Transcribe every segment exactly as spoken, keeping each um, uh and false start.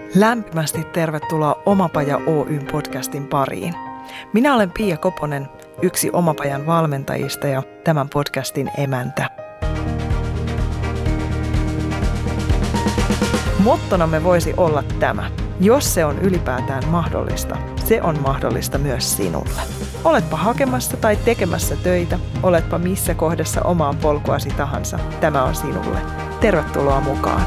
Lämpimästi tervetuloa Omapaja Oyn podcastin pariin. Minä olen Pia Koponen, yksi Omapajan valmentajista ja tämän podcastin emäntä. Mottonamme voisi olla tämä. Jos se on ylipäätään mahdollista, se on mahdollista myös sinulle. Oletpa hakemassa tai tekemässä töitä, oletpa missä kohdassa omaa polkuasi tahansa, tämä on sinulle. Tervetuloa mukaan.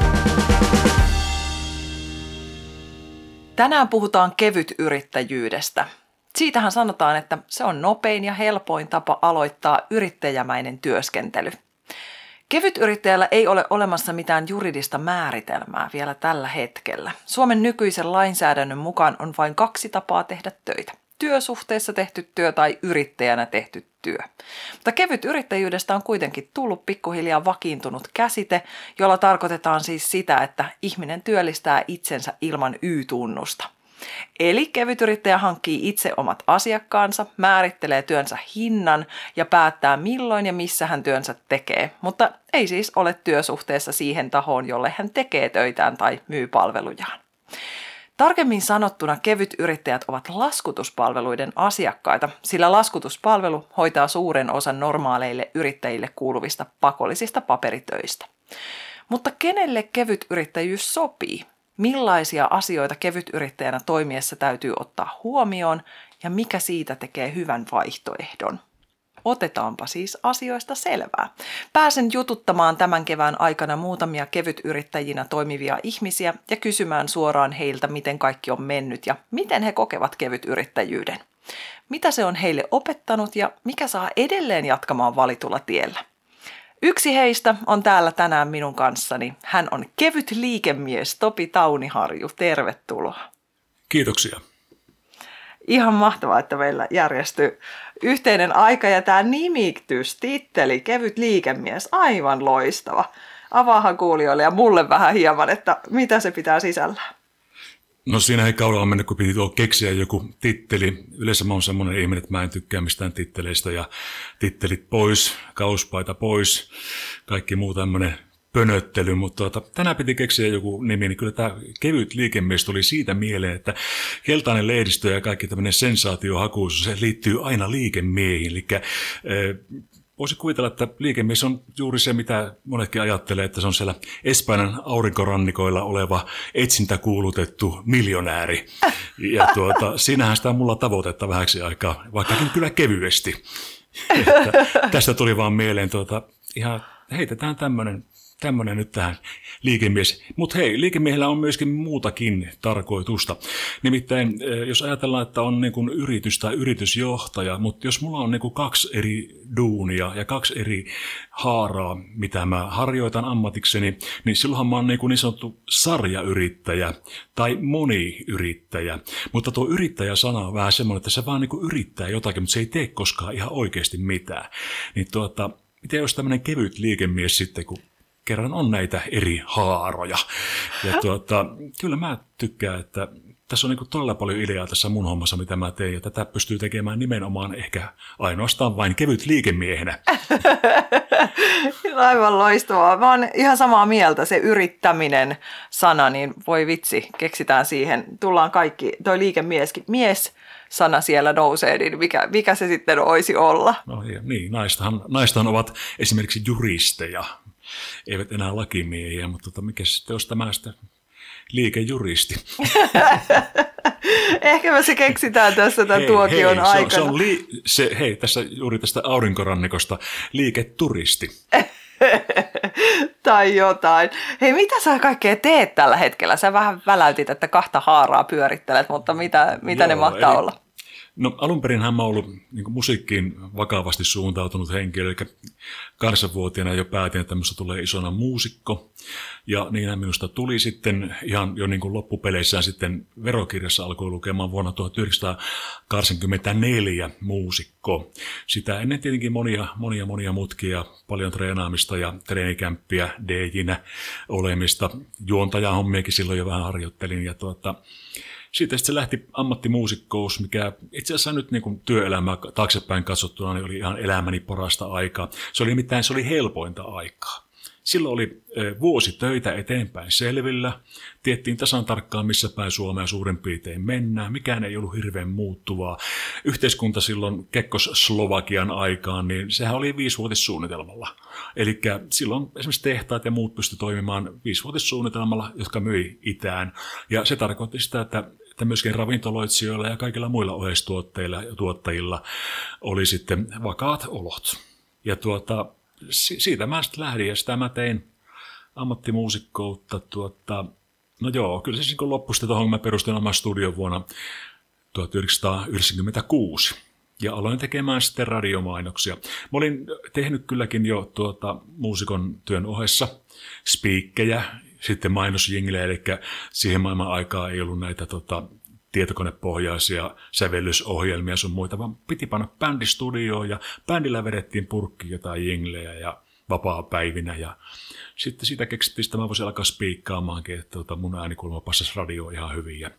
Tänään puhutaan kevytyrittäjyydestä. Siitähän sanotaan, että se on nopein ja helpoin tapa aloittaa yrittäjämäinen työskentely. Kevytyrittäjällä ei ole olemassa mitään juridista määritelmää vielä tällä hetkellä. Suomen nykyisen lainsäädännön mukaan on vain kaksi tapaa tehdä töitä. Työsuhteessa tehty työ tai yrittäjänä tehty työ. Mutta kevytyrittäjyydestä on kuitenkin tullut pikkuhiljaa vakiintunut käsite, jolla tarkoitetaan siis sitä, että ihminen työllistää itsensä ilman Y-tunnusta. Eli kevytyrittäjä hankkii itse omat asiakkaansa, määrittelee työnsä hinnan ja päättää milloin ja missä hän työnsä tekee, mutta ei siis ole työsuhteessa siihen tahoon, jolle hän tekee töitään tai myy palvelujaan. Tarkemmin sanottuna kevytyrittäjät ovat laskutuspalveluiden asiakkaita, sillä laskutuspalvelu hoitaa suuren osan normaaleille yrittäjille kuuluvista pakollisista paperitöistä. Mutta kenelle kevytyrittäjyys sopii? Millaisia asioita kevytyrittäjänä toimiessa täytyy ottaa huomioon ja mikä siitä tekee hyvän vaihtoehdon? Otetaanpa siis asioista selvää. Pääsen jututtamaan tämän kevään aikana muutamia kevytyrittäjinä toimivia ihmisiä ja kysymään suoraan heiltä, miten kaikki on mennyt ja miten he kokevat kevytyrittäjyyden. Mitä se on heille opettanut ja mikä saa edelleen jatkamaan valitulla tiellä. Yksi heistä on täällä tänään minun kanssani. Hän on kevyt liikemies Topi Tauniharju. Tervetuloa. Kiitoksia. Ihan mahtavaa, että meillä järjestyy yhteinen aika ja tämä nimitys, titteli, kevyt liikemies, aivan loistava. Avaahan kuulijoille ja mulle vähän hieman, että mitä se pitää sisällään. No siinä ei kaudella mennyt, kun piti tuo keksiä joku titteli. Yleensä mä oon semmoinen ihminen, että mä en tykkää mistään titteleistä ja tittelit pois, kauspaita pois, kaikki muu tämmöinen pönöttely, mutta tuota, tänään piti keksiä joku nimi, niin kyllä tämä kevyt liikemies tuli siitä mieleen, että keltainen lehdistö ja kaikki tämmöinen sensaatiohakuisuus, se liittyy aina liikemiehiin, eli äh, voisi kuvitella, että liikemies on juuri se, mitä monetkin ajattelee, että se on siellä Espanjan aurinkorannikoilla oleva etsintäkuulutettu miljonääri. Ja tuota, siinähän sitä on mulla tavoitetta vähäksi aikaa, vaikkakin kyllä kevyesti. Että tästä tuli vaan mieleen, tuota, ihan heitetään tämmöinen. Tämmöinen nyt tähän liikemies. Mutta hei, liikemiehellä on myöskin muutakin tarkoitusta. Nimittäin, jos ajatellaan, että on niin kuin yritys tai yritysjohtaja, mutta jos mulla on niin kuin kaksi eri duunia ja kaksi eri haaraa, mitä mä harjoitan ammatikseni, niin silloinhan mä oon niin kuin niin sanottu sarjayrittäjä tai moniyrittäjä. Mutta tuo yrittäjä-sana on vähän semmoinen, että se vaan niin kuin yrittää jotakin, mutta se ei tee koskaan ihan oikeasti mitään. Niin tuota, miten jos tämmöinen kevyt liikemies sitten, kun kerran on näitä eri haaroja. Ja tuota, kyllä mä tykkään, että tässä on niin kuin todella paljon ideaa tässä mun hommassa, mitä mä teen. Ja tätä pystyy tekemään nimenomaan ehkä ainoastaan vain kevyt liikemiehenä. Aivan loistavaa. Mä oon ihan samaa mieltä. Se yrittäminen sana, niin voi vitsi, keksitään siihen. Tullaan kaikki, toi liikemieskin, mies sana siellä nousee, niin mikä, mikä se sitten olisi olla? No niin, naistahan, naistahan ovat esimerkiksi juristeja. Eivät enää lakimiehiä, mutta tota, mikä sitten olisi tämä sitten liikejuristi? Ehkä me se keksitään tässä tämän hei, tuokion hei, aikana. Se on, se on li, se, hei, tässä juuri tästä aurinkorannikosta liiketuristi. Tai jotain. Hei, mitä sä kaikkea teet tällä hetkellä? Sä vähän väläytit, että kahta haaraa pyörittelet, mutta mitä, mitä Joo, ne mahtaa eli, olla? No alun perinhän mä oon ollut niin musiikkiin vakavasti suuntautunut henkilö, eli kahdeksanvuotiaana jo päätin, että minusta tulee isona muusikko. Ja niinhän minusta tuli sitten ihan jo niin kuin loppupeleissään sitten verokirjassa alkoi lukemaan vuonna tuhatyhdeksänsataakahdeksankymmentäneljä muusikko. Sitä ennen tietenkin monia, monia, monia mutkia, paljon treenaamista ja treenikämppiä, D J:nä olemista. Juontajahommiakin silloin jo vähän harjoittelin ja tuota... Siitä sitten se lähti ammattimuusikkous, mikä itse asiassa nyt niin kuin työelämää taaksepäin katsottuna niin oli ihan elämäni parasta aikaa. Se oli nimittäin se oli helpointa aikaa. silloin oli vuosi töitä eteenpäin selvillä. Tiedettiin tasan tarkkaan, missä päin Suomea suurin piirtein mennään. Mikään ei ollut hirveän muuttuvaa. Yhteiskunta silloin Kekkos-Slovakian aikaan, niin sehän oli viisivuotissuunnitelmalla. Eli silloin esimerkiksi tehtaat ja muut pystyivät toimimaan viisivuotissuunnitelmalla, jotka myi itään. Ja se tarkoitti sitä, että että myöskin ravintoloitsijoilla ja kaikilla muilla oheistuotteilla ja tuottajilla oli sitten vakaat olot. Ja tuota, siitä mä sitten lähdin ja sitä mä tein ammattimuusikkoutta. Tuota, no joo, kyllä se kun loppui sitten tuohon, kun mä perustin oman studion vuonna tuhatyhdeksänsataayhdeksänkymmentäkuusi. Ja aloin tekemään sitten radiomainoksia. Mä olin tehnyt kylläkin jo tuota, muusikon työn ohessa spiikkejä, sitten mainosjinglejä, eli siihen maailman aikaan ei ollut näitä tota, tietokonepohjaisia sävellysohjelmia sun muita, vaan piti panna bändistudioon ja bändillä vedettiin purkkiin jotain jinglejä ja vapaa-päivinä. Ja sitten siitä keksittiin, että mä voisin alkaa spiikkaamaankin, että tota, mun äänikulma passasi radioon ihan hyvin. Ja,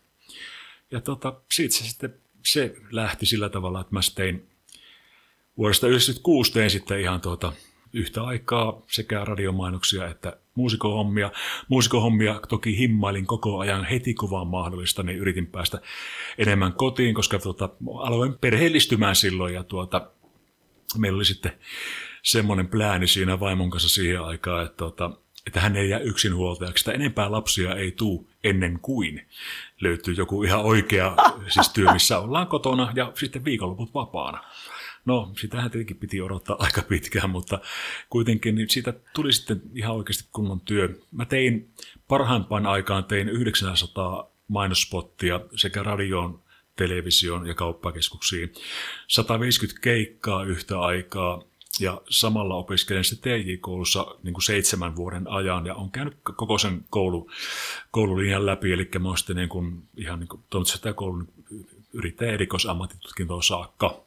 ja tota, siitä se sitten se lähti sillä tavalla, että mä tein vuodesta yhdeksänkymmentäkuusi tein sitten ihan tuota, yhtä aikaa sekä radiomainoksia että muusikohommia. Muusikohommia toki himmailin koko ajan heti kun vaan mahdollista, niin yritin päästä enemmän kotiin, koska tuota, aloin perheellistymään silloin ja tuota, meillä oli sitten semmoinen plääni siinä vaimon kanssa siihen aikaan, että, tuota, että hän ei jää yksinhuoltajaksi, että enempää lapsia ei tule ennen kuin löytyy joku ihan oikea siis työ, missä ollaan kotona ja sitten viikonloput vapaana. No, sitähän tietenkin piti odottaa aika pitkään, mutta kuitenkin niin siitä tuli sitten ihan oikeasti kunnon työ. Mä tein parhaimpaan aikaan tein yhdeksänsataa mainosspottia sekä radioon, televisioon ja kauppakeskuksiin. sata viisikymmentä keikkaa yhtä aikaa ja samalla opiskelen sitten T J-koulussa niin kuin seitsemän vuoden ajan ja on käynyt koko sen koulu, koululinjan läpi, eli mä oon sitten niin kuin, ihan niin kuin toimitusjohtaja koulun yrittäjä erikoisammattitutkintoon saakka.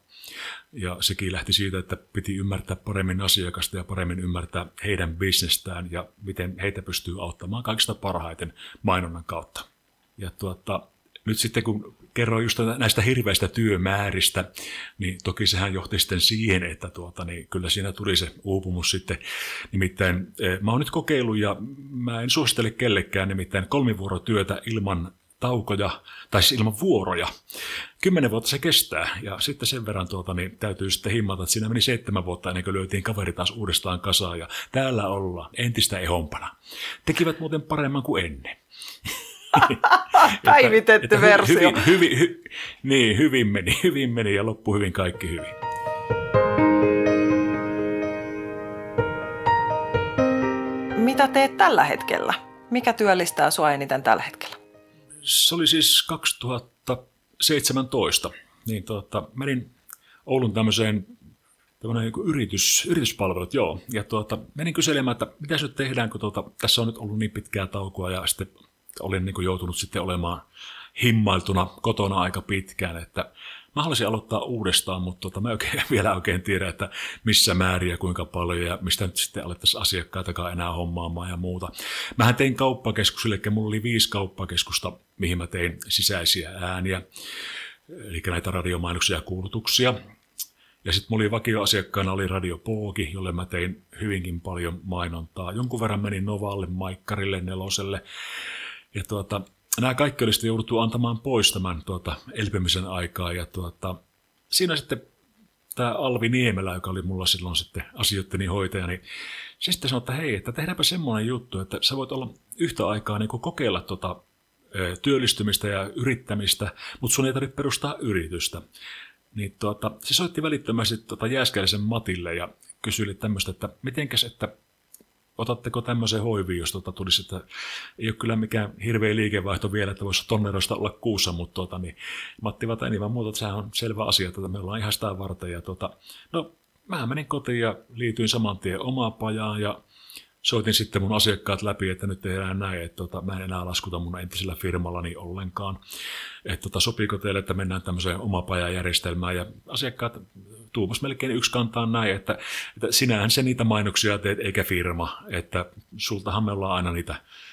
Ja sekin lähti siitä, että piti ymmärtää paremmin asiakasta ja paremmin ymmärtää heidän bisnestään ja miten heitä pystyy auttamaan kaikista parhaiten mainonnan kautta. Ja tuota, nyt sitten kun kerroin just näistä hirveistä työmääristä, niin toki sehän johti sitten siihen, että tuota, niin kyllä siinä tuli se uupumus sitten. Nimittäin mä oon nyt kokeillut ja mä en suosittele kellekään nimittäin kolmivuorotyötä ilman taukoja, tai siis ilman vuoroja. Kymmenen vuotta se kestää, ja sitten sen verran tuota, niin täytyy sitten himmata, että siinä meni seitsemän vuotta ennen kuin löytiin kaveri taas uudestaan kasaan, ja täällä ollaan entistä ehompana. Tekivät muuten paremman kuin ennen. Päivitetty että, että versio. Hyvin, hyvin, hy, niin, hyvin meni, hyvin meni, ja loppu hyvin kaikki hyvin. Mitä teet tällä hetkellä? Mikä työllistää sua eniten tällä hetkellä? Se oli siis kaksituhattaseitsemäntoista, niin tuota, menin Oulun tämmöiseen niin yritys, yrityspalvelut, joo, ja tuota, menin kyselemään, että mitä nyt tehdään, kun tuota, tässä on nyt ollut niin pitkää taukoa, ja sitten olin niin kuin joutunut sitten olemaan himmailtuna kotona aika pitkään, että mä haluaisin aloittaa uudestaan, mutta tuota, mä oikein, vielä oikein tiedä, että missä määrin ja kuinka paljon ja mistä nyt sitten alettaisiin asiakkaitakaan enää hommaamaan ja muuta. Mähän tein kauppakeskuksille, eli mulla oli viisi kauppakeskusta, mihin mä tein sisäisiä ääniä, eli näitä radiomainoksia ja kuulutuksia. Ja sitten mulla oli vakioasiakkaana oli Radio Pooki, jolle mä tein hyvinkin paljon mainontaa. Jonkun verran menin Novalle, Maikkarille, Neloselle. Ja tuota, nämä kaikki oli sitten jouduttu antamaan pois tämän tuota, elpymisen aikaa. Ja tuota, siinä sitten tämä Alvi Niemelä, joka oli mulla silloin sitten asioitteni hoitaja, niin se sitten sanoi, että hei, että tehdäänpä semmoinen juttu, että sä voit olla yhtä aikaa niin kuin kokeilla tuota, työllistymistä ja yrittämistä, mutta sun ei tarvitse perustaa yritystä. Niin tuota, se soitti välittömästi tuota Jääskeläisen Matille ja kysyi tämmöistä, että mitenkäs, että otatteko tämmöisen hoiviin, jos tuota tulisi, että ei ole kyllä mikään hirveä liikevaihto vielä, että voisi tonnerosta olla kuussa, mutta tuota, niin Matti vata ei vaan muuta, että sehän on selvä asia, että me ollaan ihan sitä varten. Ja tuota, no, mä menin kotiin ja liityin saman tien omaan pajaan ja soitin sitten mun asiakkaat läpi, että nyt tehdään näin, että tota, mä en enää laskuta mun entisellä firmallani ollenkaan. Että tota, sopiiko teille, että mennään tämmöiseen omapajajärjestelmään ja asiakkaat tuumas melkein yksi kantaan näin, että, että sinähän se niitä mainoksia teet eikä firma, että sultahan me ollaan aina niitä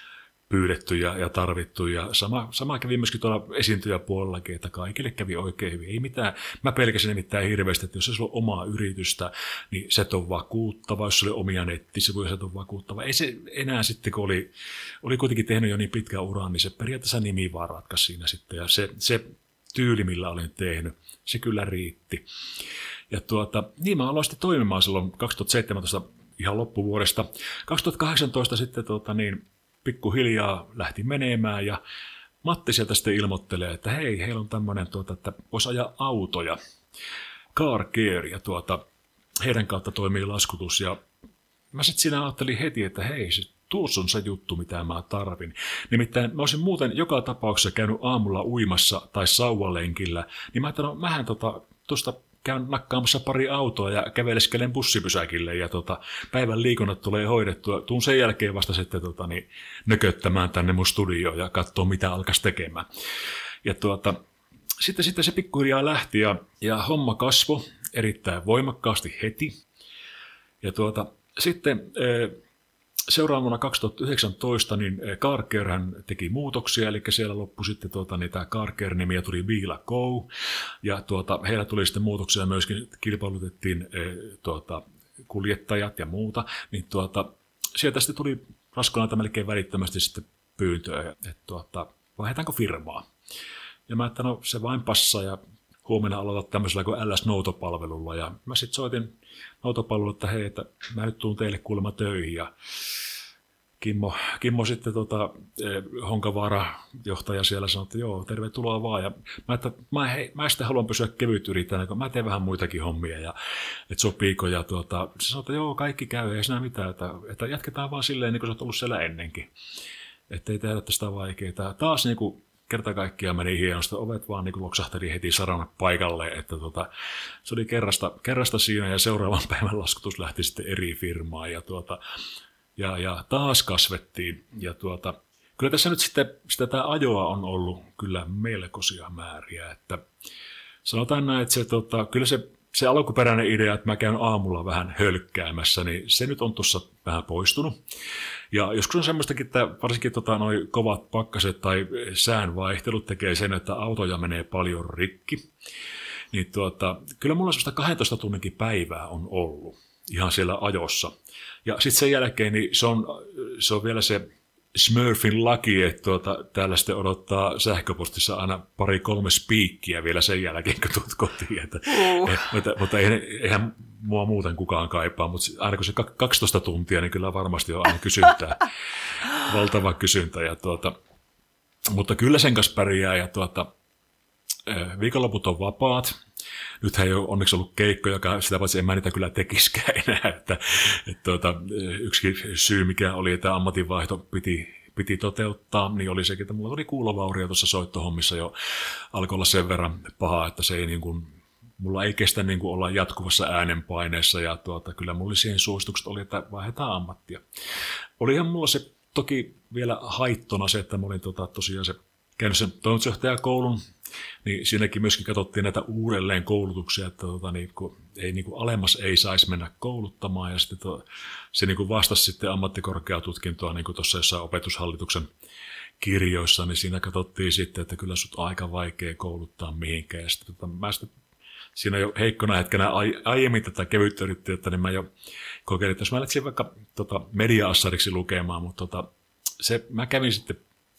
pyydetty ja, ja tarvittu. Ja sama, sama kävi myöskin tuolla esiintyjäpuolellakin, että kaikille kävi oikein hyvin. Ei mitään. Mä pelkäsin nimittäin hirveästi, että jos se on omaa yritystä, niin se on vakuuttava. Jos se oli omia nettisivuja, se on vakuuttava. Ei se enää sitten, kun oli, oli kuitenkin tehnyt jo niin pitkän uran, niin se periaatteessa nimi vaan ratkaisi siinä sitten. Ja se, se tyyli, millä olin tehnyt, se kyllä riitti. Ja tuota, niin mä aloin sitten toimimaan silloin kaksituhattaseitsemäntoista ihan loppuvuodesta. kaksituhattakahdeksantoista sitten tuota, niin, pikkuhiljaa lähti menemään ja Matti sieltä sitten ilmoittelee, että hei, heillä on tämmöinen, tuota, että voisi ajaa autoja, Car Care, ja tuota, heidän kautta toimii laskutus. Ja mä sitten siinä ajattelin heti, että hei, se tuossa on se juttu, mitä mä tarvin. Nimittäin mä olisin muuten joka tapauksessa käynyt aamulla uimassa tai sauvalenkillä, niin mä ajattelin, no mähän tuota, tuosta käyn nakkaamassa pari autoa ja käveleskelen bussipysäkille ja tota, päivän liikunnat tulee hoidettua. Tuun sen jälkeen vasta sitten tota, niin, nököttämään tänne mun studioon ja katsoa, mitä alkaisi tekemään. Ja tuota, sitten, sitten se pikkuhiljaa lähti ja, ja homma kasvoi erittäin voimakkaasti heti. Ja tuota, sitten seuraavana vuonna kaksituhattayhdeksäntoista niin Car Care hän teki muutoksia, eli siellä loppui sitten tuota, niin tämä Car Care-nimi ja tuli Viila Go. Ja tuota, heillä tuli sitten muutoksia myöskin, kilpailutettiin e, tuota, kuljettajat ja muuta. Niin tuota, sieltä sitten tuli Raskonalta melkein välittömästi sitten pyyntöä, että tuota, vaihdetaanko firmaa. Ja mä että no se vain passaa ja huomenna aloitat tämmöisellä kuin L S-noutopalvelulla. Ja mä sitten soitin noutopalvelulle, että hei, että mä nyt tuun teille kuulemma töihin. Ja Kimmo, Kimmo sitten tota, Honkavaara johtaja siellä sanoi, että joo, tervetuloa vaan. Ja mä, että mä, hei, mä sitten haluan pysyä kevytyrittäjänä, kun mä teen vähän muitakin hommia ja että sopiiko. Ja tuota, se sanoi, että joo, kaikki käy, ei siinä mitään, että, että jatketaan vaan silleen, niin kuin sä oot ollut siellä ennenkin. Että ei tehdä tästä vaikeaa. Taas niin kuin kerta kaikkiaan meni hienosti, ovet vaan niin loksahteli heti sarana paikalle, että tota, se oli kerrasta, kerrasta siinä ja seuraavan päivän laskutus lähti sitten eri firmaan ja, tuota, ja, ja taas kasvettiin ja tuota, kyllä tässä nyt sitten sitä tämä ajoa on ollut kyllä melkoisia määriä, että sanotaan näin, että se, tota, kyllä se Se alkuperäinen idea, että mä käyn aamulla vähän hölkkäämässä, niin se nyt on tuossa vähän poistunut. Ja joskus on semmoistakin, että varsinkin tota, noi kovat pakkaset tai säänvaihtelut tekee sen, että autoja menee paljon rikki. Niin tuota, kyllä mulla semmoista kahdentoista tunninkin päivää on ollut ihan siellä ajossa. Ja sitten sen jälkeen niin se, on, se on vielä se Smurfin laki, että tuota, täällä sitten odottaa sähköpostissa aina pari-kolme spiikkiä vielä sen jälkeen, kun tulet kotiin. Että, uh. et, mutta mutta eihän, eihän mua muuten kukaan kaipaa, mutta aina kun se kaksitoista tuntia, niin kyllä varmasti on aina kysyntää. Valtava kysyntä. Ja tuota, mutta kyllä sen kanssa pärjää. Ja tuota, viikonloput on vapaat. Nythän ei ole onneksi ollut keikkoja, sitä paitsi en mä niitä kyllä tekiskään enää. Että, että tuota, yksi syy, mikä oli, että ammatinvaihto piti, piti toteuttaa, niin oli sekin, että mulla oli kuulovaurio tuossa soittohommissa jo. Alkoi olla sen verran paha, että se ei niin kuin, mulla ei kestä niin kuin olla jatkuvassa äänenpaineessa. Ja tuota, kyllä mulla siihen suositukset oli, että vaihdetaan ammattia. Olihan mulla se toki vielä haittona se, että mä olin tuota, tosiaan se käynyt sen toimitusjohtajakoulun, niin siinäkin myöskin katsottiin näitä uudelleen koulutuksia, että tota, niin, kun ei, niin kuin alemmas ei saisi mennä kouluttamaan, ja sitten to, se niin kuin vastasi sitten ammattikorkeatutkintoa niin kuin tuossa jossain opetushallituksen kirjoissa, niin siinä katsottiin sitten, että kyllä sut on aika vaikea kouluttaa mihinkään, ja sitten, tota, mä sitten siinä jo heikkona hetkenä aiemmin tätä kevyttä yrittäjyyttä, niin mä jo kokeilin, että jos mä lähtisin vaikka tota, media-assariksi lukemaan, mutta tota, se, mä kävin sitten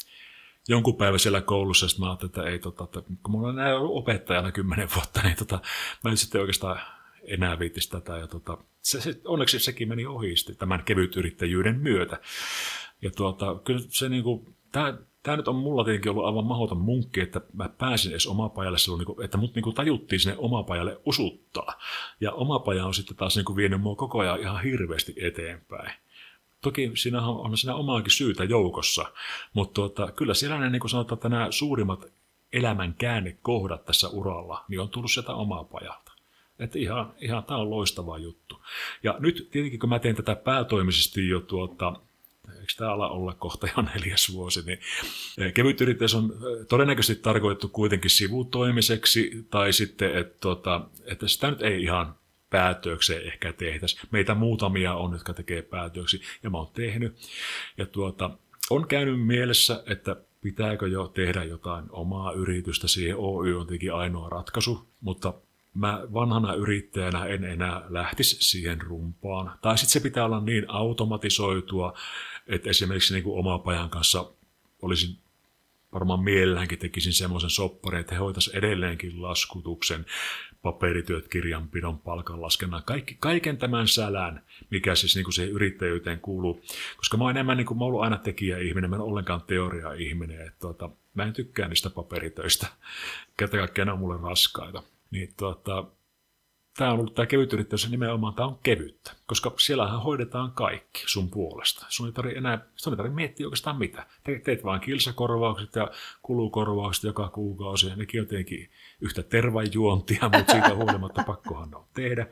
jonkun päivän siellä koulussa, ja sitten mä ajattelin, että ei, tota, että kun mulla on enää ollut opettajana kymmenen vuotta, niin tota, mä en sitten oikeastaan enää viittisi tätä. Ja tota, se, se, onneksi sekin meni ohi tämän kevytyrittäjyyden myötä. Ja tuota, kyllä se niinku, tää, tää nyt on mulla tietenkin ollut aivan mahdoton munkki, että mä pääsin edes omapajalle silloin, niinku, että mut niinku tajuttiin sinne omapajalle usuttaa. Ja omapaja on sitten taas niinku vienyt mua koko ajan ihan hirveästi eteenpäin. Toki siinä on, on siinä omaakin syytä joukossa, mutta tuota, kyllä siellä ne, niin kuin sanotaan, että nämä suurimmat elämän käännekohdat tässä uralla, niin on tullut sieltä omaa pajalta. Että ihan, ihan tämä on loistava juttu. Ja nyt tietenkin, kun mä teen tätä päätoimisesti jo tuota, eikö tämä ala olla kohta jo neljäs vuosi, niin kevytyrittäjyys on todennäköisesti tarkoitettu kuitenkin sivutoimiseksi, tai sitten, että, tuota, että sitä nyt ei ihan päätökseen ehkä tehtäisiin. Meitä muutamia on, jotka tekee päätöksiä, ja mä oon tehnyt. Ja tuota, on käynyt mielessä, että pitääkö jo tehdä jotain omaa yritystä. Siihen Oy on tietenkin ainoa ratkaisu, mutta mä vanhana yrittäjänä en enää lähtisi siihen rumpaan. Tai sitten se pitää olla niin automatisoitua, että esimerkiksi niin kuin omapajan kanssa olisin varmaan mielelläänkin tekisin semmoisen sopparin, että he hoitaisivat edelleenkin laskutuksen, paperityöt, kirjanpidon, palkanlaskennan, kaikki, kaiken tämän sälän, mikä siis niin kuin siihen yrittäjyyteen kuuluu. Koska mä oon enemmän, niin kuin mä oon ollut aina tekijäihminen, mä en ole ollenkaan teoria-ihminen, että tuota, mä en tykkää niistä paperitöistä, kerta kaikkiaan ne on mulle raskaita. Niin tuota, tämä on ollut tämä kevytyrittäjyys nimenomaan, tämä on kevyttä, koska siellähän hoidetaan kaikki sun puolesta. Sun ei tarvitse enää, sun ei tarvitse miettiä oikeastaan mitä. Te, teet vaan kilsakorvaukset ja kulukorvaukset joka kuukausi, ja nekin on tietenkin yhtä tervanjuontia, mutta siitä huolimatta pakkohan on tehdä.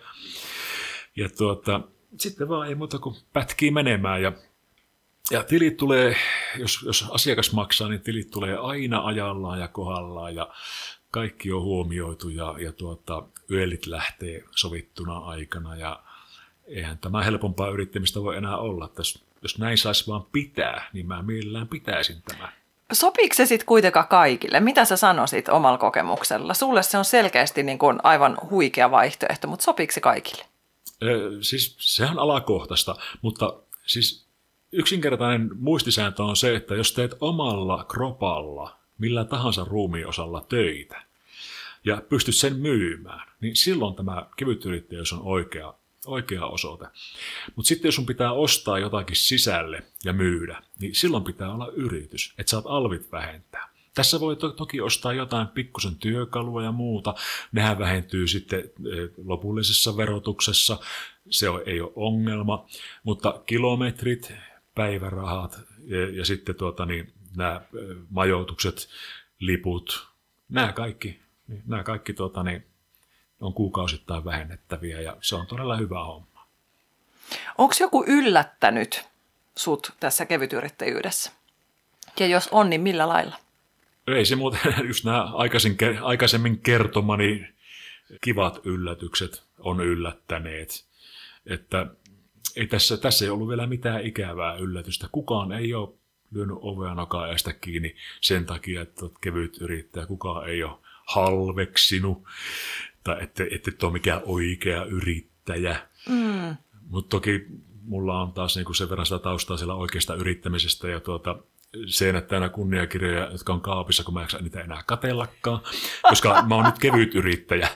Ja tuota, sitten vaan ei muuta kuin pätkii menemään, ja, ja tilit tulee, jos, jos asiakas maksaa, niin tilit tulee aina ajallaan ja kohdallaan, ja kaikki on huomioitu ja, ja tuota, yölit lähtee sovittuna aikana ja eihän tämä helpompaa yrittämistä voi enää olla. Että jos, jos näin saisi vaan pitää, niin mä mielellään pitäisin tämän. Sopiiko se sitten kuitenkaan kaikille? Mitä sä sanoisit omalla kokemuksella? Sulle se on selkeästi niin kuin aivan huikea vaihtoehto, mutta sopiiko se kaikille? Ö, siis sehän on alakohtaista, mutta siis yksinkertainen muistisääntö on se, että jos teet omalla kropalla millä tahansa ruumiinosalla töitä ja pystyt sen myymään, niin silloin tämä kevytyrittäjyys on oikea, oikea osoite. Mutta sitten jos sun pitää ostaa jotakin sisälle ja myydä, niin silloin pitää olla yritys, että saat alvit vähentää. Tässä voi to- toki ostaa jotain pikkusen työkalua ja muuta. Nehän vähentyy sitten lopullisessa verotuksessa. Se on, ei ole ongelma, mutta kilometrit, päivärahat ja, ja sitten tuota, niin, nämä majoitukset, liput, nämä kaikki, nämä kaikki tuota, niin, on kuukausittain vähennettäviä ja se on todella hyvä homma. Onko joku yllättänyt sut tässä kevytyrittäjyydessä? Ja jos on, niin millä lailla? Ei se muuten, just nämä aikaisemmin kertomani kivat yllätykset on yllättäneet, että ei tässä, tässä ei ollut vielä mitään ikävää yllätystä. Kukaan ei ole lyönyt ovea nokaa ja sitä kiinni sen takia, että olet kevyt yrittäjä. Kukaan ei ole halveksinut tai ette, ette ole mikään oikea yrittäjä. Mm. Mutta toki mulla on taas niinku sen verran sitä taustaa siellä oikeasta yrittämisestä ja tuota, seinät täynnä kunniakirjoja, jotka on kaapissa, kun mä en niitä enää katsellakaan, koska mä oon nyt kevyt yrittäjä.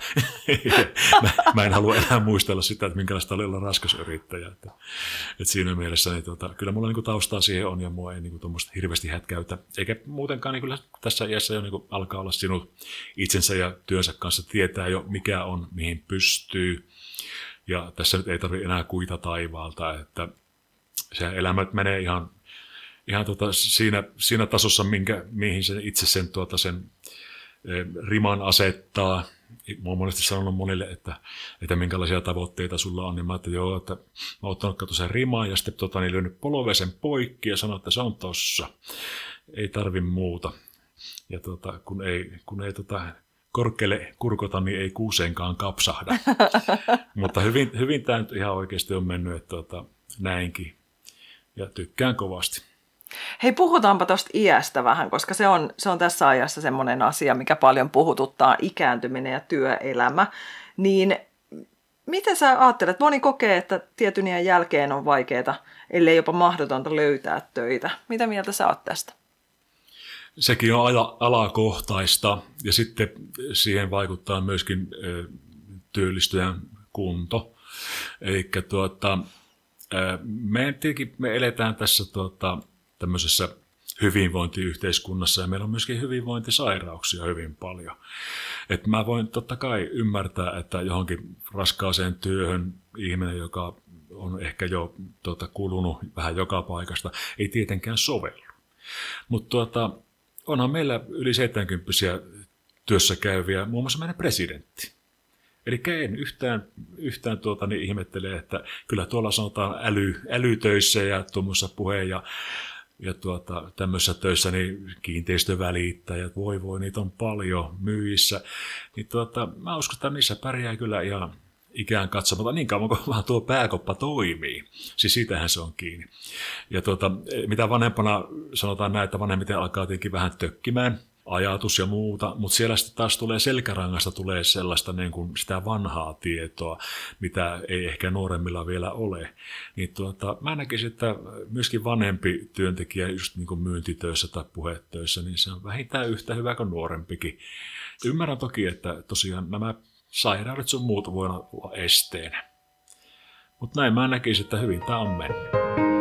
mä, mä en halua enää muistella sitä, että minkälaista oli olla raskas yrittäjä. Että, että siinä mielessä niin tota, kyllä mulla niinku taustaa siihen on ja mua ei niinku tuommoista hirveästi hätkäytä. Eikä muutenkaan niin kyllä tässä iässä jo niinku alkaa olla sinut itsensä ja työnsä kanssa, tietää jo mikä on, mihin pystyy. Ja tässä nyt ei tarvitse enää kuita taivaalta, että se elämä menee ihan Ihan tuota, siinä, siinä tasossa, minkä, mihin sen itse sen, tuota, sen e, riman asettaa. Mä oon monesti sanonut monille, että, että minkälaisia tavoitteita sulla on, niin mä ajattelin, joo, että mä oon ottanut katso sen riman ja sitten tuota, niin lyönyt polveen poikki ja sanonut, että se on tossa. Ei tarvi muuta. Ja tuota, kun ei, kun ei tuota, korkealle kurkota, niin ei kuuseenkaan kapsahda. Mutta hyvin, hyvin tämä nyt ihan oikeasti on mennyt, että tuota, näinkin. Ja tykkään kovasti. Hei, puhutaanpa tuosta iästä vähän, koska se on, se on tässä ajassa semmoinen asia, mikä paljon puhututtaa, ikääntyminen ja työelämä. Niin miten sä ajattelet? Moni kokee, että tietyn iän jälkeen on vaikeaa, ellei jopa mahdotonta löytää töitä. Mitä mieltä sä oot tästä? Sekin on ala, alakohtaista ja sitten siihen vaikuttaa myöskin ö, työllistyjän kunto. Eikä tuota, ö, me, tietenkin, me eletään tässä tuota, tämmöisessä hyvinvointiyhteiskunnassa ja meillä on myöskin hyvinvointisairauksia hyvin paljon. Et mä voin totta kai ymmärtää, että johonkin raskaaseen työhön ihminen, joka on ehkä jo tuota, kulunut vähän joka paikasta, ei tietenkään sovellu. Mutta tuota, onhan meillä yli seitsemänkymppisiä työssä käyviä, muun muassa meidän presidentti. Eli en yhtään, yhtään tuota, niin ihmettele, että kyllä tuolla sanotaan äly, älytöissä ja tuommoissa puheen ja Ja tuota, tämmöisissä töissä niin kiinteistövälittäjät, voi voi, niitä on paljon myyjissä. Niin tuota, mä uskon, että niissä pärjää kyllä ihan, ikään katsomatta niin kauan kuin vaan tuo pääkoppa toimii. Siis siitähän se on kiinni. Ja tuota, mitä vanhempana sanotaan näin, että vanhemmiten alkaa tietenkin vähän tökkimään ajatus ja muuta, mutta siellä sitten taas tulee selkärangasta tulee sellaista niin kuin sitä vanhaa tietoa, mitä ei ehkä nuoremmilla vielä ole. Niin tuota, mä näkisin, että myöskin vanhempi työntekijä just niin kuin myyntitöissä tai puhetöissä, niin se on vähintään yhtä hyvä kuin nuorempikin. Ymmärrän toki, että tosiaan nämä sairaudet sun muut voi olla esteenä. Mutta näin mä näkisin, että hyvin tämä on mennyt.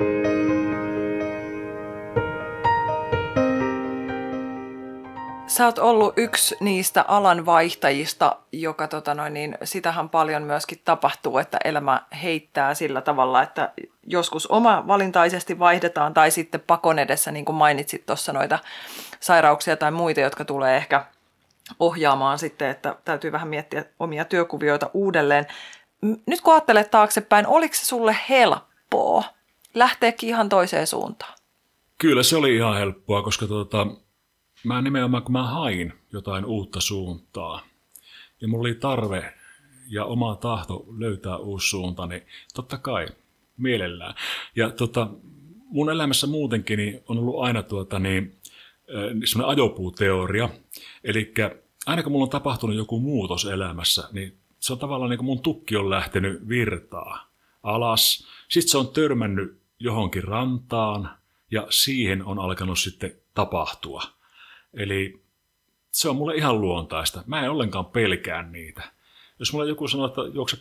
Sä oot ollut yksi niistä alanvaihtajista, joka tota noin, niin sitähän paljon myöskin tapahtuu, että elämä heittää sillä tavalla, että joskus oma valintaisesti vaihdetaan tai sitten pakon edessä, niin kuin mainitsit tuossa noita sairauksia tai muita, jotka tulee ehkä ohjaamaan sitten, että täytyy vähän miettiä omia työkuvioita uudelleen. Nyt kun ajattelet taaksepäin, oliko se sulle helppoa lähteäkin ihan toiseen suuntaan? Kyllä se oli ihan helppoa, koska tuota, mä nimenomaan kun mä hain jotain uutta suuntaa ja mulla oli tarve ja oma tahto löytää uusi suunta, niin totta kai mielellään. Ja tota, mun elämässä muutenkin niin on ollut aina tuota, niin, semmoinen ajopuuteoria. Eli aina kun mulla on tapahtunut joku muutos elämässä, niin se on tavallaan niin kuin mun tukki on lähtenyt virtaa alas. Sitten se on törmännyt johonkin rantaan ja siihen on alkanut sitten tapahtua. Eli se on mulle ihan luontaista. Mä en ollenkaan pelkää niitä. Jos mulla joku sanoo, että juokse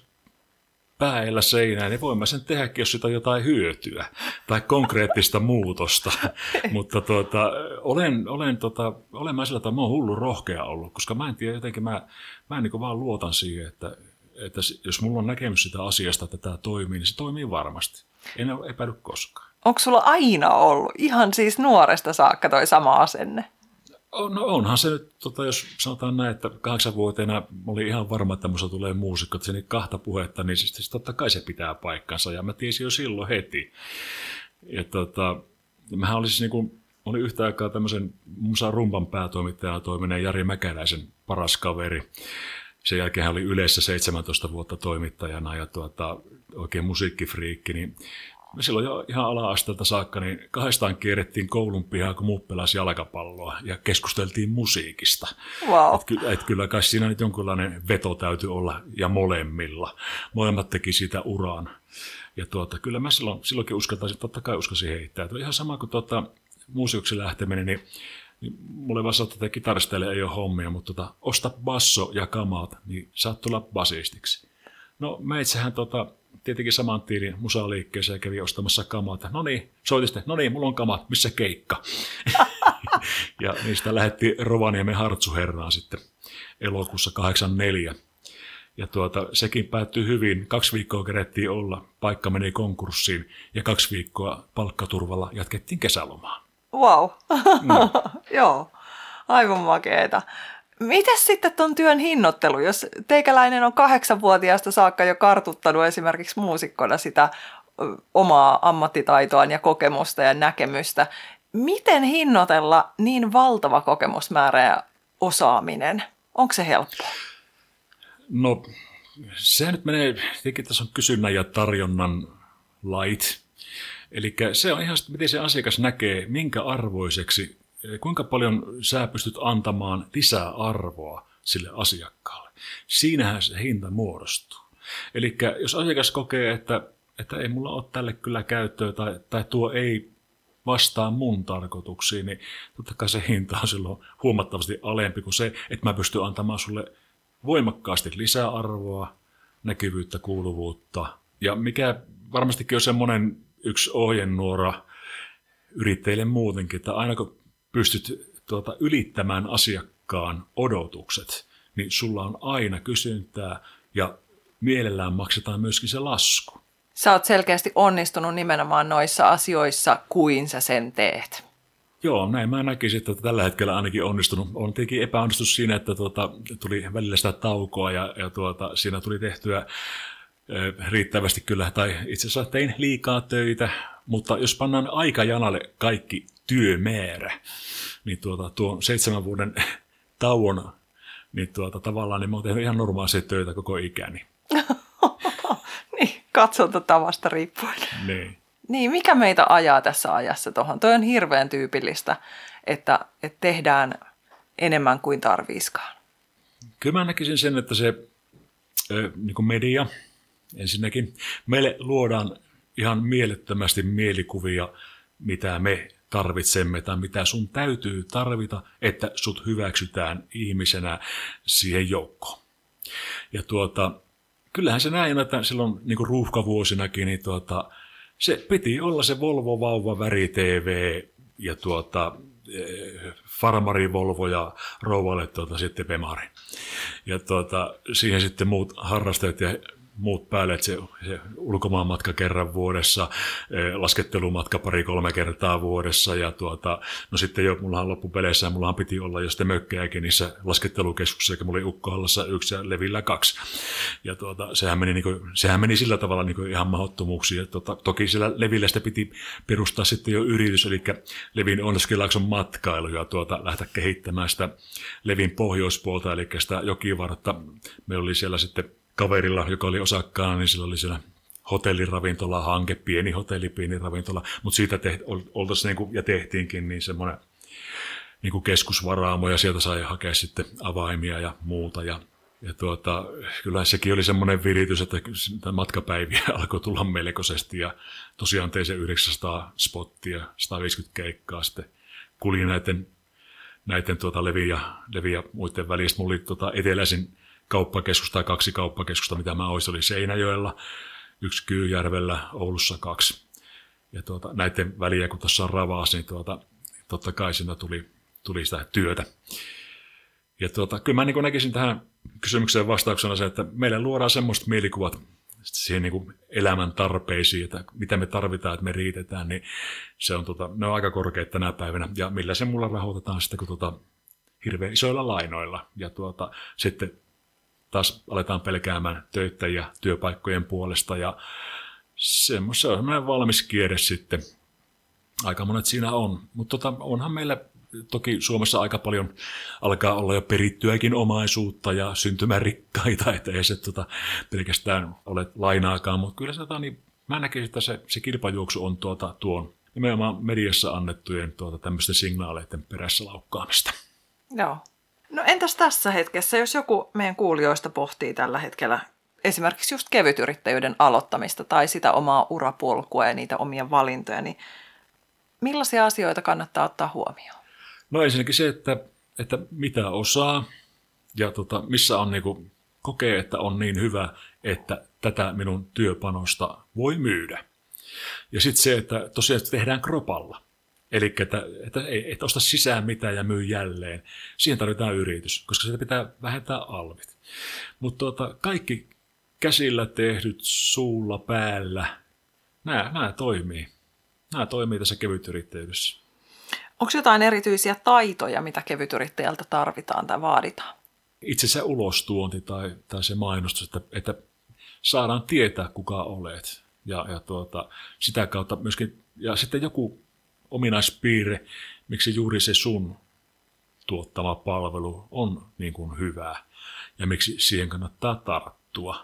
päällä seinään, niin voin mä sen tehdäkin, jos sitä on jotain hyötyä tai konkreettista muutosta. Mutta tuota, olen, olen, tota, olen mä sillä, että mä oon hullu rohkea ollut, koska mä en tiedä jotenkin, mä, mä en niin kuin vaan luotan siihen, että, että jos mulla on näkemys sitä asiasta, että tämä toimii, niin se toimii varmasti. En ole epäily koskaan. Onko sulla aina ollut, ihan siis nuoresta saakka toi sama asenne? No onhan se nyt, tota, jos sanotaan näin, että kahdeksanvuotiaana oli ihan varma, että minusta tulee muusikko, että se niin kahta puhetta, niin siis totta kai se pitää paikkansa, ja mä tiesin jo silloin heti. Ja tota, mähän oli siis niin kuin, oli yhtä aikaa tämmöisen musan rumpan päätoimittajana toimineen Jari Mäkäläisen paras kaveri. Sen jälkeen hän oli Ylessä seitsemäntoista vuotta toimittajana ja tuota, oikein musiikkifriikki, niin me silloin jo ihan ala-asteelta saakka, niin kahdestaan kierrettiin koulun pihaa, kun muut pelasi jalkapalloa ja keskusteltiin musiikista. Wow. Et kyllä, et kyllä kai siinä nyt jonkinlainen veto täytyy olla ja molemmilla. Molemmat teki siitä uran. Ja tuota, kyllä mä silloin, silloinkin uskaltaisin, totta kai uskasin heittää. Et ihan sama kuin tuota, muusikoksi lähteminen, niin, niin mulle vaan sanottu, että kitaristeille ei ole hommia, mutta tuota, osta basso ja kamat, niin saat tulla basistiksi. No meitsähän tota... Tietenkin saman tiilin musaliikkeeseen ja kävi ostamassa kamat. No niin, soitin sitten, no niin, mulla on kamat, missä keikka? Ja niistä lähdettiin Rovaniemen Hartsuherraan sitten elokuussa kahdeksankymmentäneljä. Ja tuota, sekin päättyi hyvin. Kaksi viikkoa kerettiin olla, paikka meni konkurssiin ja kaksi viikkoa palkkaturvalla jatkettiin kesälomaan. Wow, mm. Joo, aivan makeeta. Mites sitten ton työn hinnoittelu, jos teikäläinen on kahdeksanvuotiaasta saakka jo kartuttanut esimerkiksi muusikkona sitä omaa ammattitaitoaan ja kokemusta ja näkemystä. Miten hinnoitella niin valtava kokemusmäärä ja osaaminen? Onko se helppoa? No, sehän nyt menee, tietenkin tässä on kysynnän ja tarjonnan lait. Eli se on ihan, miten se asiakas näkee, minkä arvoiseksi, kuinka paljon sä pystyt antamaan lisää arvoa sille asiakkaalle. Siinähän se hinta muodostuu. Eli jos asiakas kokee, että, että ei mulla ole tälle kyllä käyttöä tai, tai tuo ei vastaa mun tarkoituksiin, niin totta kai se hinta on silloin huomattavasti alempi kuin se, että mä pystyn antamaan sulle voimakkaasti lisäarvoa, näkyvyyttä, kuuluvuutta. Ja mikä varmastikin on semmoinen yksi ohjenuora yrittäjille muutenkin, että aina kun pystyt tuota, ylittämään asiakkaan odotukset, niin sulla on aina kysyntää ja mielellään maksetaan myöskin se lasku. Sä oot selkeästi onnistunut nimenomaan noissa asioissa, kuin sä sen teet. Joo, näin mä näkisin, että tällä hetkellä ainakin onnistunut. On tietenkin epäonnistunut siinä, että tuota, tuli välillä sitä taukoa ja, ja tuota, siinä tuli tehtyä riittävästi kyllä, tai itse asiassa tein liikaa töitä, mutta jos pannaan aikajanalle kaikki työmäärä, niin tuota, tuon seitsemän vuoden tauon, niin tuota, tavallaan niin mä oon tehnyt ihan normaalia töitä koko ikäni. katsontatavasta riippuen. Niin. Niin, mikä meitä ajaa tässä ajassa tuohon? Toi on hirveän tyypillistä, että, että tehdään enemmän kuin tarviiskaan. Kyllä mä näkisin sen, että se niin kuin media ensinnäkin, meille luodaan ihan mielettömästi mielikuvia, mitä me tarvitsemme tai mitä sun täytyy tarvita, että sut hyväksytään ihmisenä siihen joukkoon. Ja tuota, kyllähän se näin, että silloin niin kuin ruuhkavuosinakin, niin tuota, se piti olla se Volvo Vauva Väri T V ja tuota, farmari Volvo ja rouvalle tuota, sitten Bemari. Ja tuota, siihen sitten muut harrastajat ja muut päälle, että se, se ulkomaanmatka kerran vuodessa, laskettelumatka pari-kolme kertaa vuodessa ja tuota, no sitten jo mullahan loppupeleissä, mullahan piti olla jo sitten mökkejäkin niissä laskettelukeskuksissa, eikä mulla oli Ukkohallassa yksi ja Levillä kaksi. Ja tuota, sehän, meni niin kuin, sehän meni sillä tavalla niin kuin ihan mahdottomuuksia. Tuota, toki siellä Levillä sitä piti perustaa sitten jo yritys, eli Levin Onneskilaakson matkailu ja tuota, lähteä kehittämään sitä Levin pohjoispuolta, eli sitä jokivartta. Meillä oli siellä sitten kaverilla, joka oli osakkaana, niin sillä oli siellä hotelliravintola, hanke, pieni hotelli, pieni ravintola, mutta siitä teht, oltaisiin niin kuin, ja tehtiinkin niin semmoinen niin kuin keskusvaraamo, ja sieltä sai hakea sitten avaimia ja muuta, ja, ja tuota, kyllä sekin oli semmoinen viritys, että matkapäiviä alkoi tulla melkoisesti, ja tosiaan tein se yhdeksänsataa spottia, sata viisikymmentä keikkaa, sitten kuljin näiden, näiden tuota Levi ja, Levi ja muiden välistä, mulla oli tuota eteläisin kauppakeskusta tai kaksi kauppakeskusta, mitä mä olisin, oli Seinäjoella, yksi Kyyjärvellä, Oulussa kaksi. Ja tuota, näiden väliä, kun tuossa on Ravas, niin tuota, totta kai siinä tuli, tuli sitä työtä. Ja tuota, kyllä mä niin näkisin tähän kysymykseen vastauksena se, että meille luodaan semmoiset mielikuvat siihen niin kuin elämän tarpeisiin, että mitä me tarvitaan, että me riitetään, niin se on, tuota, ne on aika korkeat tänä päivänä. Ja millä se mulla rahoitetaan sitten, kun tuota, hirveän isoilla lainoilla. Ja tuota, sitten taas aletaan pelkäämään töitä ja työpaikkojen puolesta ja se on semmoinen valmis kierre sitten. Aika monet siinä on, mutta tota, onhan meillä toki Suomessa aika paljon alkaa olla jo perittyäkin omaisuutta ja syntymärikkaita, että ei se tota, pelkästään ole lainaakaan, mutta kyllä se, tota, niin mä näkisin, että se, se kilpajuoksu on tuota, tuon nimenomaan mediassa annettujen tuota, tämmöisten signaaleiden perässä laukkaamista. Joo. No entäs tässä hetkessä, jos joku meidän kuulijoista pohtii tällä hetkellä esimerkiksi just kevytyrittäjyyden aloittamista tai sitä omaa urapolkua ja niitä omia valintoja, niin millaisia asioita kannattaa ottaa huomioon? No ensinnäkin se, että, että mitä osaa ja tota, missä on niin kuin, kokee, että on niin hyvä, että tätä minun työpanosta voi myydä. Ja sitten se, että tosiaan tehdään kropalla. Eli että, että ei et osta sisään mitään ja myy jälleen. Siihen tarvitaan yritys, koska sitä pitää vähentää alvit. Mutta tuota, kaikki käsillä tehdyt, suulla, päällä, nämä, nämä toimii. Nämä toimii tässä kevytyrittäjyydessä. Onko jotain erityisiä taitoja, mitä kevytyrittäjältä tarvitaan tai vaaditaan? Itse se ulostuonti tai, tai se mainostus, että, että saadaan tietää, kuka olet. Ja, ja tuota, sitä kautta myöskin, ja sitten joku ominaispiirre, miksi juuri se sun tuottama palvelu on niin kuin hyvä ja miksi siihen kannattaa tarttua.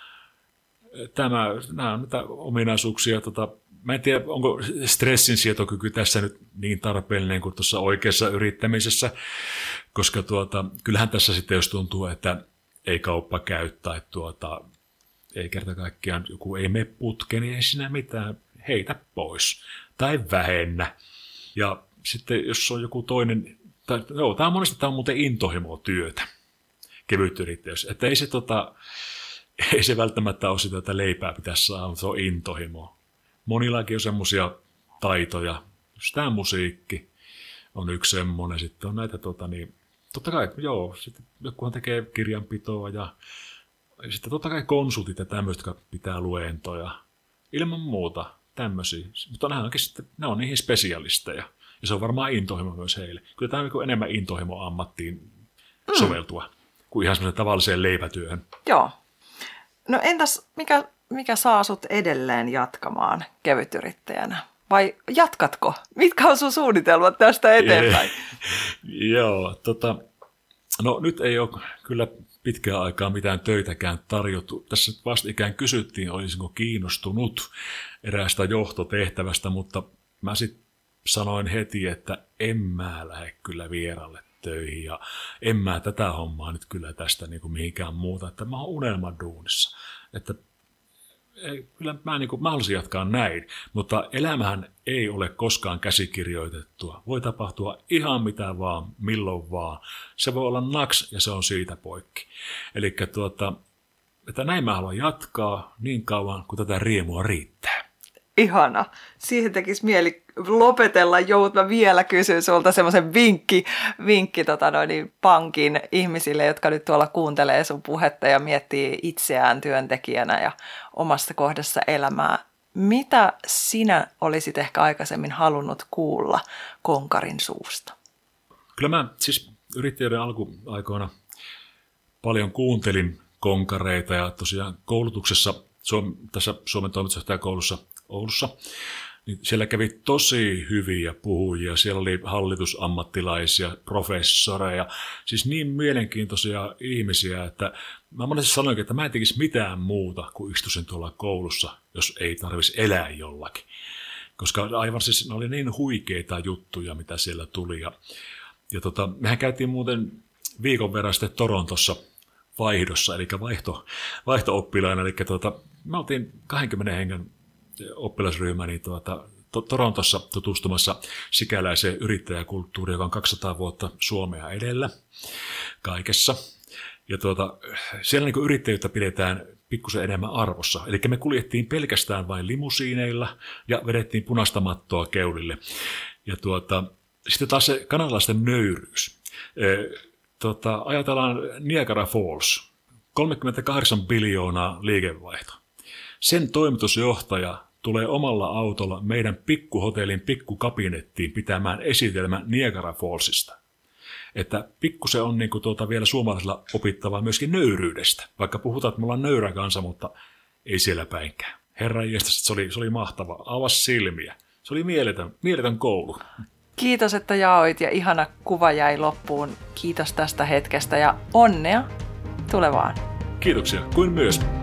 Tämä, nämä on näitä ominaisuuksia. Tota, mä en tiedä, onko stressinsietokyky tässä nyt niin tarpeellinen kuin tuossa oikeassa yrittämisessä, koska tuota, kyllähän tässä sitten, jos tuntuu, että ei kauppa käy tai tuota, ei kerta kaikkiaan joku ei mene putkeen, niin ei siinä mitään, heitä pois tai vähennä. Ja sitten jos on joku toinen, tai, joo, tämä on monesti tämä on muuten intohimo-työtä, kevytyrittäjyys, että ei se, tota, ei se välttämättä ole sitä, että leipää pitäisi saada, mutta se on intohimo. Monillakin on semmoisia taitoja, just tämä musiikki on yksi semmoinen, sitten on näitä, tota, niin, totta kai, joo, sitten jokuhan tekee kirjanpitoa ja, ja sitten totta kai konsultit ja tämmöistä, jotka pitää luentoja, ilman muuta. Tämmöisiä, mutta nämä, sitten, ne on niihin spesialisteja. Ja se on varmaan intohimo myös heille. Kyllä tämä on enemmän intohimo ammattiin mm. soveltua kuin ihan semmoiseen tavalliseen leipätyöhön. Joo. No entäs mikä, mikä saa sut edelleen jatkamaan kevytyrittäjänä? Vai jatkatko? Mitkä on sun suunnitelmat tästä eteenpäin? Joo, tota, no nyt ei ole kyllä pitkään aikaa mitään töitäkään tarjottu. Tässä vastikään kysyttiin, olisinko kiinnostunut eräästä johtotehtävästä, mutta mä sitten sanoin heti, että en mä lähde kyllä vieralle töihin ja en mä tätä hommaa nyt kyllä tästä niin kuin mihinkään muuta, että mä oon unelmaduunissa. Että kyllä mä, niin kuin, mä haluaisin jatkaa näin, mutta elämähän ei ole koskaan käsikirjoitettua. Voi tapahtua ihan mitä vaan, milloin vaan. Se voi olla naks ja se on siitä poikki. Eli tuota, että näin mä haluan jatkaa niin kauan, kun tätä riemua riittää. Ihana. Siihen tekisi mieli lopetella, joudut mä vielä kysyä sulta semmoisen vinkki, vinkki tota noin, pankin ihmisille, jotka nyt tuolla kuuntelee sun puhetta ja miettii itseään työntekijänä ja omassa kohdassa elämää. Mitä sinä olisit ehkä aikaisemmin halunnut kuulla konkarin suusta? Kyllä mä siis yrittäjyyden alkuaikoina paljon kuuntelin konkareita ja tosiaan koulutuksessa, tässä Suomen toimitusjohtajakoulussa Oulussa, niin siellä kävi tosi hyviä puhujia. Siellä oli hallitusammattilaisia, professoreja, siis niin mielenkiintoisia ihmisiä, että mä monesti sanoinkin, että mä en tekisi mitään muuta kuin istuisin tuolla koulussa, jos ei tarvitsisi elää jollakin. Koska aivan siis ne oli niin huikeita juttuja, mitä siellä tuli. Ja, ja tota, mehän käytiin muuten viikon verran sitten Torontossa vaihdossa, eli vaihto, vaihto-oppilaina. Eli tota, me oltiin kaksikymmentä hengen oppilasryhmä niin tuota, to- Torontossa tutustumassa sikäläiseen yrittäjäkulttuuriin, joka on kaksisataa vuotta Suomea edellä kaikessa. Ja tuota, siellä niin kuin yrittäjyyttä pidetään pikkusen enemmän arvossa. Eli me kuljettiin pelkästään vain limusiineilla ja vedettiin punaista mattoa keulille. Ja tuota, sitten taas se kanadalaisten nöyryys. E, tuota, ajatellaan Niagara Falls, kolmekymmentäkahdeksan biljoonaa liikevaihto. Sen toimitusjohtaja tulee omalla autolla meidän pikkuhotellin pikkukabinettiin pitämään esitelmän Niagara Fallsista. Että pikkusen on niin kuin tuota vielä suomalaisilla opittavaa myöskin nöyryydestä. Vaikka puhutaan, että me ollaan nöyrä kansa, mutta ei siellä päinkään. Herran jestas, se oli, se oli mahtava. Avasi silmiä. Se oli mieletön, mieletön koulu. Kiitos, että jaoit ja ihana kuva jäi loppuun. Kiitos tästä hetkestä ja onnea tulevaan. Kiitoksia, kuin myös.